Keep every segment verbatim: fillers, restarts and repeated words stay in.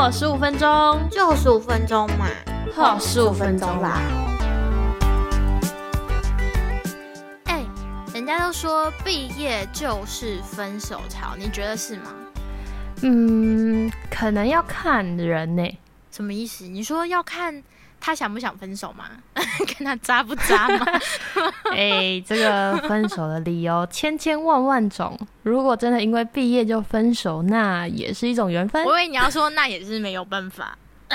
好十五分钟， 就十五分钟嘛， 好十五分钟啦。 哎、欸，人家都说毕业就是分手潮，你觉得是吗？ 嗯，可能要看人呢、欸。 什么意思？你说要看他想不想分手吗？看他渣不渣吗？ 哎、欸，这个分手的理由千千万万种。如果真的因为毕业就分手，那也是一种缘分。 我以为你要说那也是没有办法。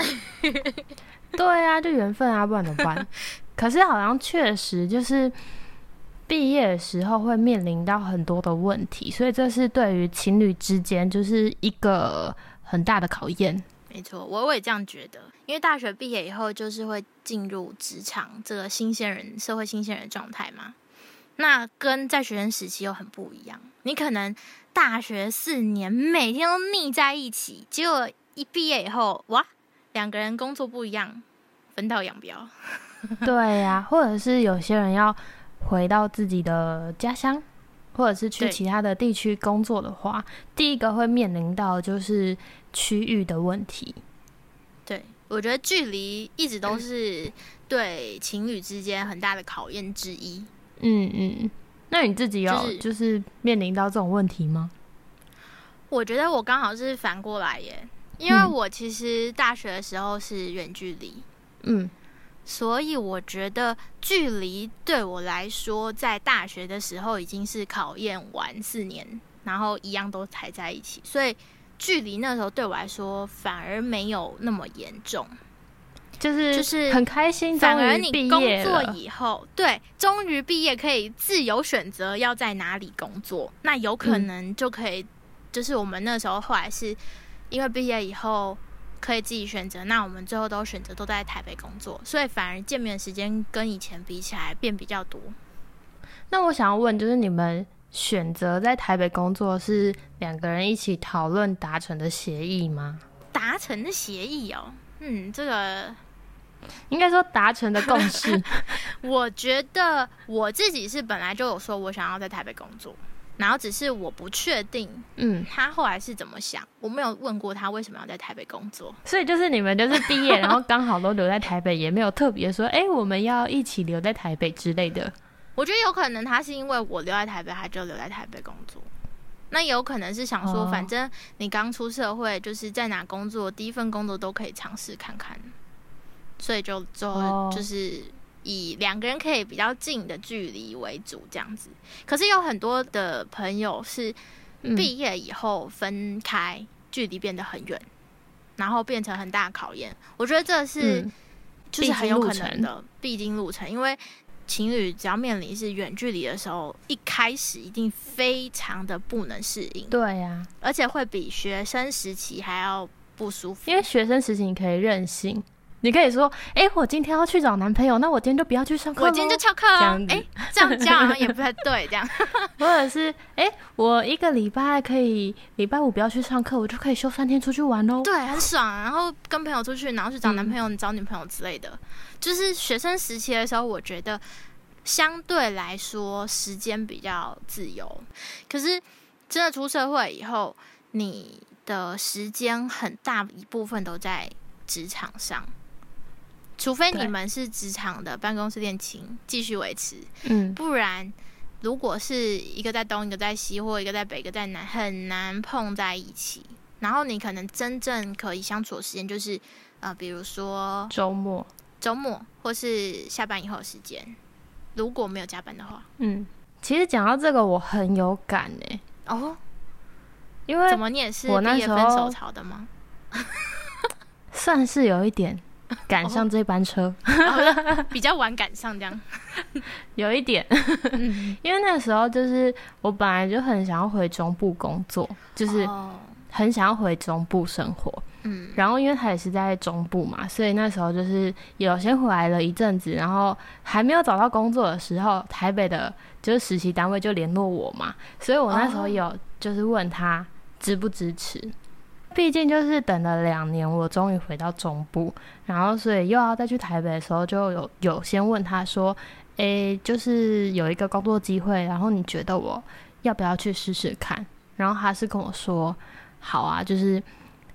对啊，就缘分啊，不然怎么办？可是好像确实就是毕业的时候会面临到很多的问题，所以这是对于情侣之间就是一个很大的考验。 没错，我也这样觉得，因为大学毕业以后就是会进入职场这个新鲜人、社会新鲜人的状态嘛。那跟在学生时期又很不一样，你可能大学四年每天都腻在一起，结果一毕业以后，哇，两个人工作不一样，分道扬镳。 对呀、啊，或者是有些人要回到自己的家乡，或者是去其他的地区工作的话，第一个会面临到就是区域的问题。 对，我觉得距离一直都是对情侣之间很大的考验之一。 嗯嗯，那你自己有、就是、就是面临到这种问题吗？ 我觉得我刚好是反过来耶，因为我其实大学的时候是远距离，嗯，所以我觉得距离对我来说，在大学的时候已经是考验完四年，然后一样都还在一起，所以距离那时候对我来说反而没有那么严重。 就是就是很开心， 反而你工作以后，对，终于毕业可以自由选择要在哪里工作，那有可能就可以，嗯、就是我们那时候后来是因为毕业以后可以自己选择，那我们最后都选择都在台北工作，所以反而见面的时间跟以前比起来变比较多。 那我想要问，就是你们选择在台北工作是两个人一起讨论达成的协议吗？ 达成的协议哦，嗯，这个。 应该说达成的共识。 我觉得我自己是本来就有说我想要在台北工作，然后只是我不确定，嗯，他后来是怎么想，我没有问过他为什么要在台北工作。 所以就是你们就是毕业，然后刚好都留在台北，也没有特别说，哎、欸，我们要一起留在台北之类的。 我觉得有可能他是因为我留在台北，他就留在台北工作。那也有可能是想说，哦、反正你刚出社会，就是在哪工作，第一份工作都可以尝试看看。所以就就就是以两个人可以比较近的距离为主这样子。可是有很多的朋友是毕业以后分开，嗯、距离变得很远，然后变成很大的考验。我觉得这是、嗯、就是很有可能的必经路程，因为情侣只要面临是远距离的时候，一开始一定非常的不能适应。 对呀、啊， 而且会比学生时期还要不舒服， 因为学生时期你可以任性。你可以说，哎、欸，我今天要去找男朋友，那我今天就不要去上课， 我今天就翘课哦。哎、欸，这样讲好像也不太对，这样。 或者是，哎、欸，我一个礼拜可以，礼拜五不要去上课，我就可以休三天出去玩喽。 对，很爽。然后跟朋友出去，然后去找男朋友、嗯、找女朋友之类的。就是学生时期的时候，我觉得相对来说时间比较自由。可是真的出社会以后，你的时间很大一部分都在职场上。除非你们是职场的办公室恋情继续维持，嗯，不然如果是一个在东一个在西，或一个在北一个在南，很难碰在一起。然后你可能真正可以相处的时间就是呃，比如说周末、 周末或是下班以后的时间，如果没有加班的话。 嗯，其实讲到这个我很有感哎、欸、哦，因为怎么你也是毕业分手潮的吗？ 算是有一点。赶上这班车、 哦、比较晚赶上这样有一点因为那时候就是我本来就很想要回中部工作，就是很想要回中部生活、嗯、然后因为他也是在中部嘛，所以那时候就是有先回来了一阵子，然后还没有找到工作的时候，台北的就是实习单位就联络我嘛，所以我那时候有就是问他支不支持，毕竟就是等了两年，我终于回到中部，然后所以又要再去台北的时候，就有有先问他说，诶，就是有一个工作机会，然后你觉得我要不要去试试看？然后他是跟我说，好啊，就是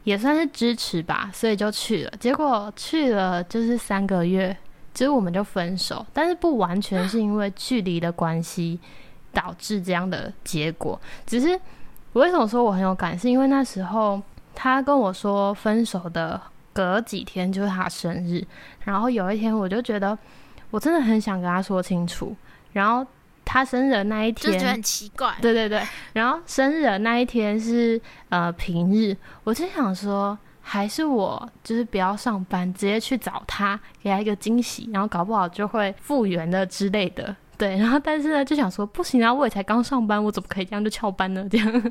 也算是支持吧，所以就去了。结果去了就是三个月，其实我们就分手，但是不完全是因为距离的关系导致这样的结果。只是我为什么说我很有感，是因为那时候他跟我说分手的隔几天就是他生日，然后有一天我就觉得我真的很想跟他说清楚，然后他生日的那一天就觉得很奇怪， 对对对，然后生日的那一天是呃平日，我就想说还是我就是不要上班，直接去找他，给他一个惊喜，然后搞不好就会复原了之类的。对，然后但是呢就想说不行啊，我也才刚上班，我怎么可以这样就翘班呢？这样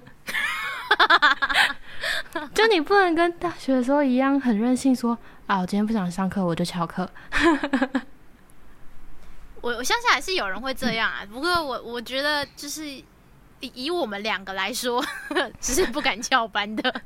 就你不能跟大学的时候一样很任性说啊，我今天不想上课我就翘课。 我我相信还是有人会这样啊，不过我我觉得就是以我们两个来说，只是不敢翘班的。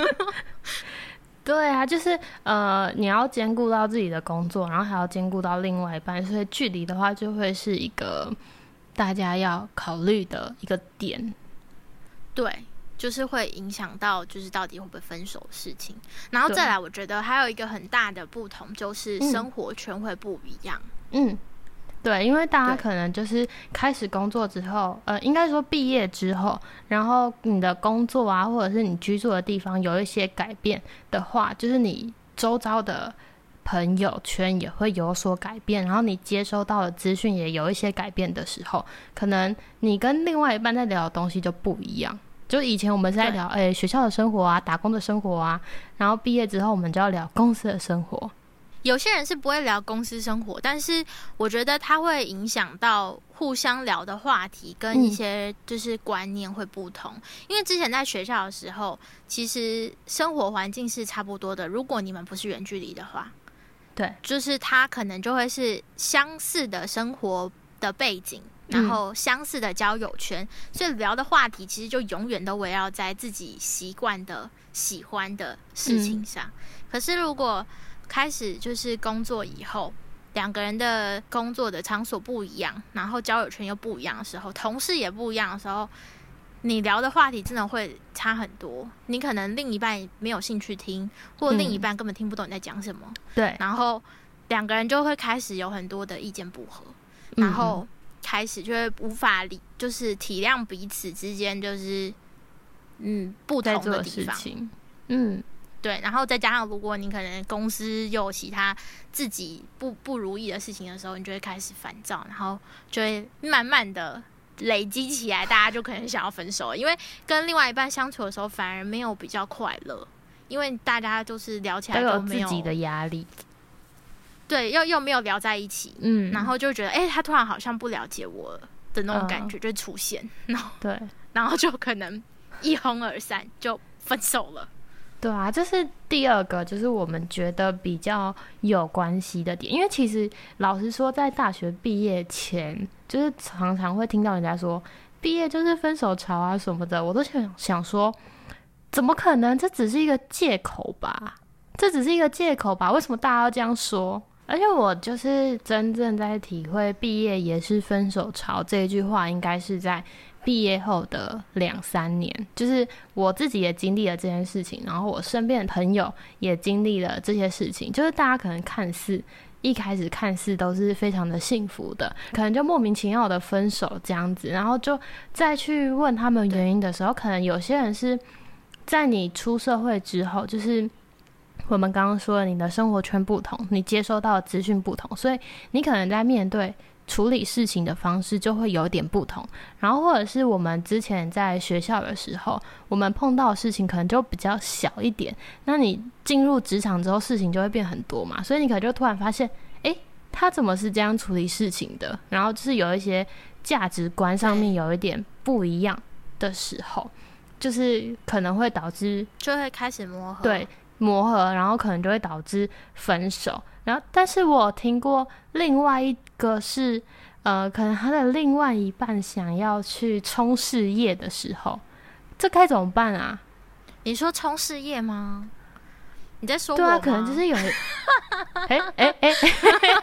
对啊，就是呃，你要兼顾到自己的工作，然后还要兼顾到另外一半，所以距离的话就会是一个大家要考虑的一个点。 对，就是会影响到就是到底会不会分手的事情。然后再来，我觉得还有一个很大的不同就是生活圈会不一样。嗯。嗯对，因为大家可能就是开始工作之后，呃，应该说毕业之后，然后你的工作啊，或者是你居住的地方有一些改变的话，就是你周遭的朋友圈也会有所改变，然后你接收到的资讯也有一些改变的时候，可能你跟另外一半在聊的东西就不一样。就以前我们是在聊诶学校的生活啊，打工的生活啊，然后毕业之后我们就要聊公司的生活。有些人是不会聊公司生活，但是我觉得它会影响到互相聊的话题跟一些就是观念会不同、嗯、因为之前在学校的时候其实生活环境是差不多的，如果你们不是远距离的话，对，就是它可能就会是相似的生活的背景，然后相似的交友圈、嗯、所以聊的话题其实就永远都围绕在自己习惯的喜欢的事情上、嗯、可是如果开始就是工作以后，两个人的工作的场所不一样，然后交友圈又不一样的时候，同事也不一样的时候，你聊的话题真的会差很多。你可能另一半没有兴趣听，或另一半根本听不懂你在讲什么。对、嗯，然后两个人就会开始有很多的意见不合，嗯、然后开始就会无法理，就是体谅彼此之间就是嗯不同的地方。嗯。对，然后再加上如果你可能公司又有其他自己不不如意的事情的时候，你就会开始烦躁，然后就会慢慢的累积起来，大家就可能想要分手了。因为跟另外一半相处的时候反而没有比较快乐，因为大家就是聊起来都没有自己的压力，对，又又没有聊在一起，嗯，然后就觉得哎、欸，他突然好像不了解我了的那种感觉就出现，然后对，然后就可能一哄而散就分手了。对啊，这是第二个，就是我们觉得比较有关系的点。因为其实老实说，在大学毕业前，就是常常会听到人家说毕业就是分手潮啊什么的，我都想想说，怎么可能？这只是一个借口吧？这只是一个借口吧？为什么大家要这样说？而且我就是真正在体会毕业也是分手潮这一句话，应该是在毕业后的两三年，就是我自己也经历了这件事情，然后我身边的朋友也经历了这些事情，就是大家可能看似一开始看似都是非常的幸福的，可能就莫名其妙的分手这样子，然后就再去问他们原因的时候，可能有些人是在你出社会之后，就是我们刚刚说的你的生活圈不同，你接收到的资讯不同，所以你可能在面对处理事情的方式就会有点不同，然后或者是我们之前在学校的时候，我们碰到的事情可能就比较小一点，那你进入职场之后事情就会变很多嘛，所以你可能就突然发现诶，他怎么是这样处理事情的，然后就是有一些价值观上面有一点不一样的时候，就是可能会导致就会开始磨合，对，磨合，然后可能就会导致分手。然后但是我听过另外一个是呃，可能他的另外一半想要去冲事业的时候，这该怎么办啊？你说冲事业吗？你在说我吗？对啊，可能就是有哎哎哎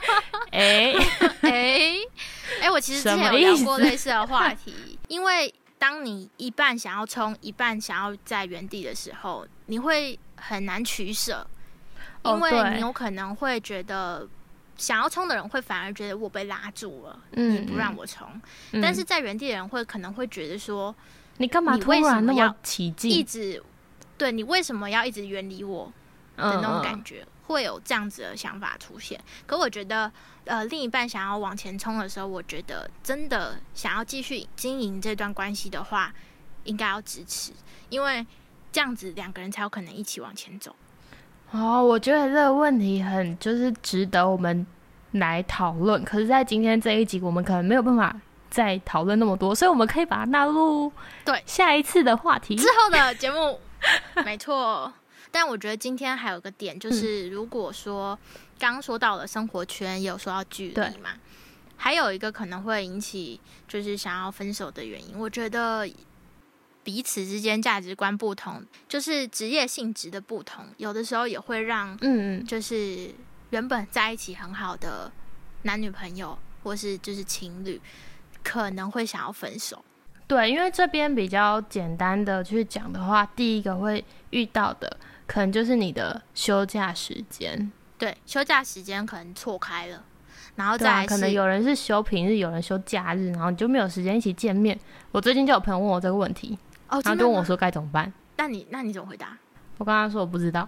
哎哎哎，我其实之前有聊过类似的话题，因为当你一半想要冲，一半想要在原地的时候，你会很难取舍，因为你有可能会觉得想要冲的人会反而觉得我被拉住了，嗯、你不让我冲、嗯，但是在原地的人会可能会觉得说， 你干嘛突然那么起劲， 一直对你为什么要一直远离我的那种感觉。嗯嗯会有这样子的想法出现，可我觉得，呃，另一半想要往前冲的时候，我觉得真的想要继续经营这段关系的话，应该要支持，因为这样子两个人才有可能一起往前走。 哦，我觉得这个问题很就是值得我们来讨论，可是在今天这一集，我们可能没有办法再讨论那么多，所以我们可以把它纳入对下一次的话题之后的节目，没错。但我觉得今天还有个点，就是如果说刚刚说到了生活圈，也有说到距离嘛，还有一个可能会引起就是想要分手的原因，我觉得彼此之间价值观不同，就是职业性质的不同，有的时候也会让嗯，就是原本在一起很好的男女朋友或是就是情侣，可能会想要分手。 对，因为这边比较简单的去讲的话，第一个会遇到的可能就是你的休假时间， 对，休假时间可能错开了，然后再来是、 啊、可能有人是休平日，有人休假日，然后你就没有时间一起见面。我最近就有朋友问我这个问题，哦，然后就问我说该怎么办。 那你那你怎么回答？ 我跟他说我不知道，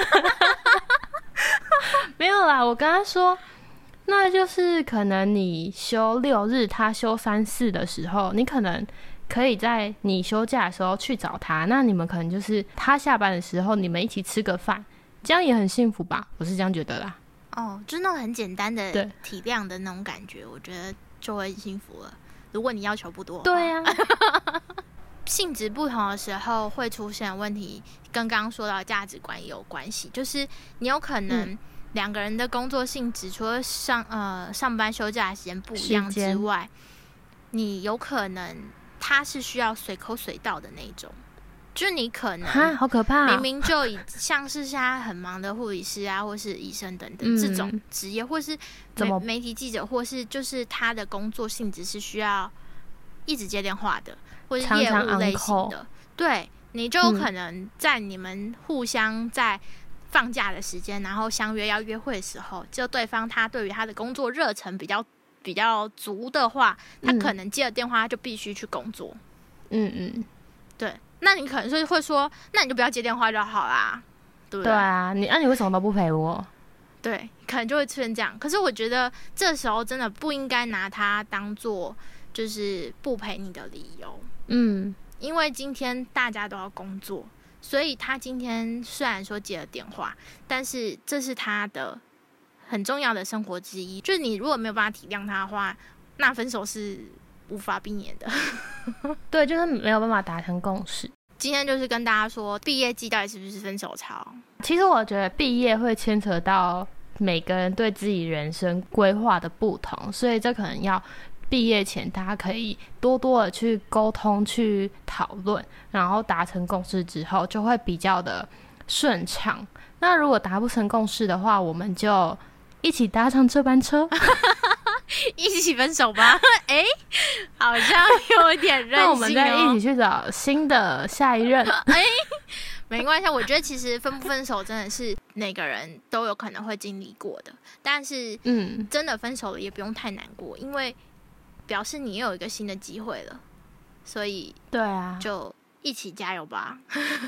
没有啦，我跟他说。那就是可能你休六日，他休三四的时候，你可能可以在你休假的时候去找他。那你们可能就是他下班的时候，你们一起吃个饭，这样也很幸福吧？我是这样觉得啦。 哦，就是那种很简单的体谅的那种感觉，我觉得就会幸福了。如果你要求不多， 对啊。 性质不同的时候会出现的问题，跟刚刚说到的价值观也有关系。就是你有可能、嗯。两个人的工作性质除了上呃上班休假的时间不一样之外，你有可能他是需要随口随到的那种，就是你可能好可怕、哦， 明明就以像是现在很忙的护理师啊，或是医生等等、嗯、这种职业，或是媒媒体记者，或是就是他的工作性质是需要一直接电话的，或是业务类型的，常常对，你就可能在你们互相在。放假的时间，然后相约要约会的时候，就对方他对于他的工作热忱比较比较足的话，他可能接了电话他就必须去工作。嗯嗯，对。那你可能是会说，那你就不要接电话就好啦，对不对？ 对啊，你那、啊、你为什么都不陪我？ 对，可能就会出现这样。可是我觉得这时候真的不应该拿它当做就是不陪你的理由。嗯，因为今天大家都要工作。所以他今天虽然说接了电话，但是这是他的很重要的生活之一。就是你如果没有办法体谅他的话，那分手是无法避免的。 对，就是没有办法达成共识。 今天就是跟大家说，毕业季到底是不是分手潮？ 其实我觉得毕业会牵扯到每个人对自己人生规划的不同，所以这可能要毕业前大家可以多多的去沟通去讨论，然后达成共识之后就会比较的顺畅。那如果达不成共识的话，我们就一起搭上这班车一起分手吧。哎、欸，好像有一点任性、哦、 那我们再一起去找新的下一任。 哎、欸，没关系，我觉得其实分不分手真的是每个人都有可能会经历过的，但是嗯，真的分手了也不用太难过，因为表示你又有一个新的机会了，所以对啊， 就一起加油吧。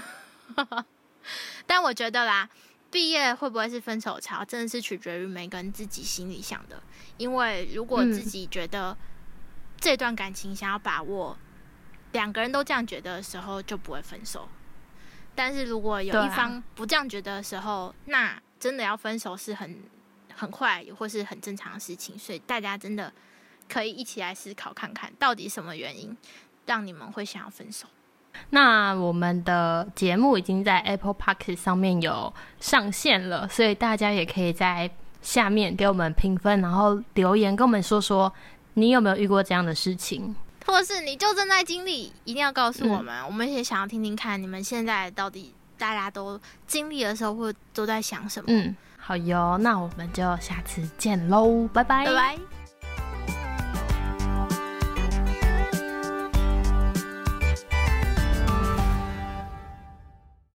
但我觉得啦，毕业会不会是分手潮，真的是取决于每个人自己心里想的。因为如果自己觉得这段感情想要把握，两、嗯、个人都这样觉得的时候，就不会分手。但是如果有一方不这样觉得的时候，啊、那真的要分手是很很快或是很正常的事情。所以大家真的可以一起来思考看看，到底什么原因让你们会想要分手。 那我们的节目已经在 Apple Podcast 上面有上线了，所以大家也可以在下面给我们评分，然后留言跟我们说说你有没有遇过这样的事情， 或是你就正在经历，一定要告诉我们、嗯、我们也想要听听看你们现在到底大家都经历的时候或都在想什么。 嗯，好哟，那我们就下次见咯，拜拜拜拜。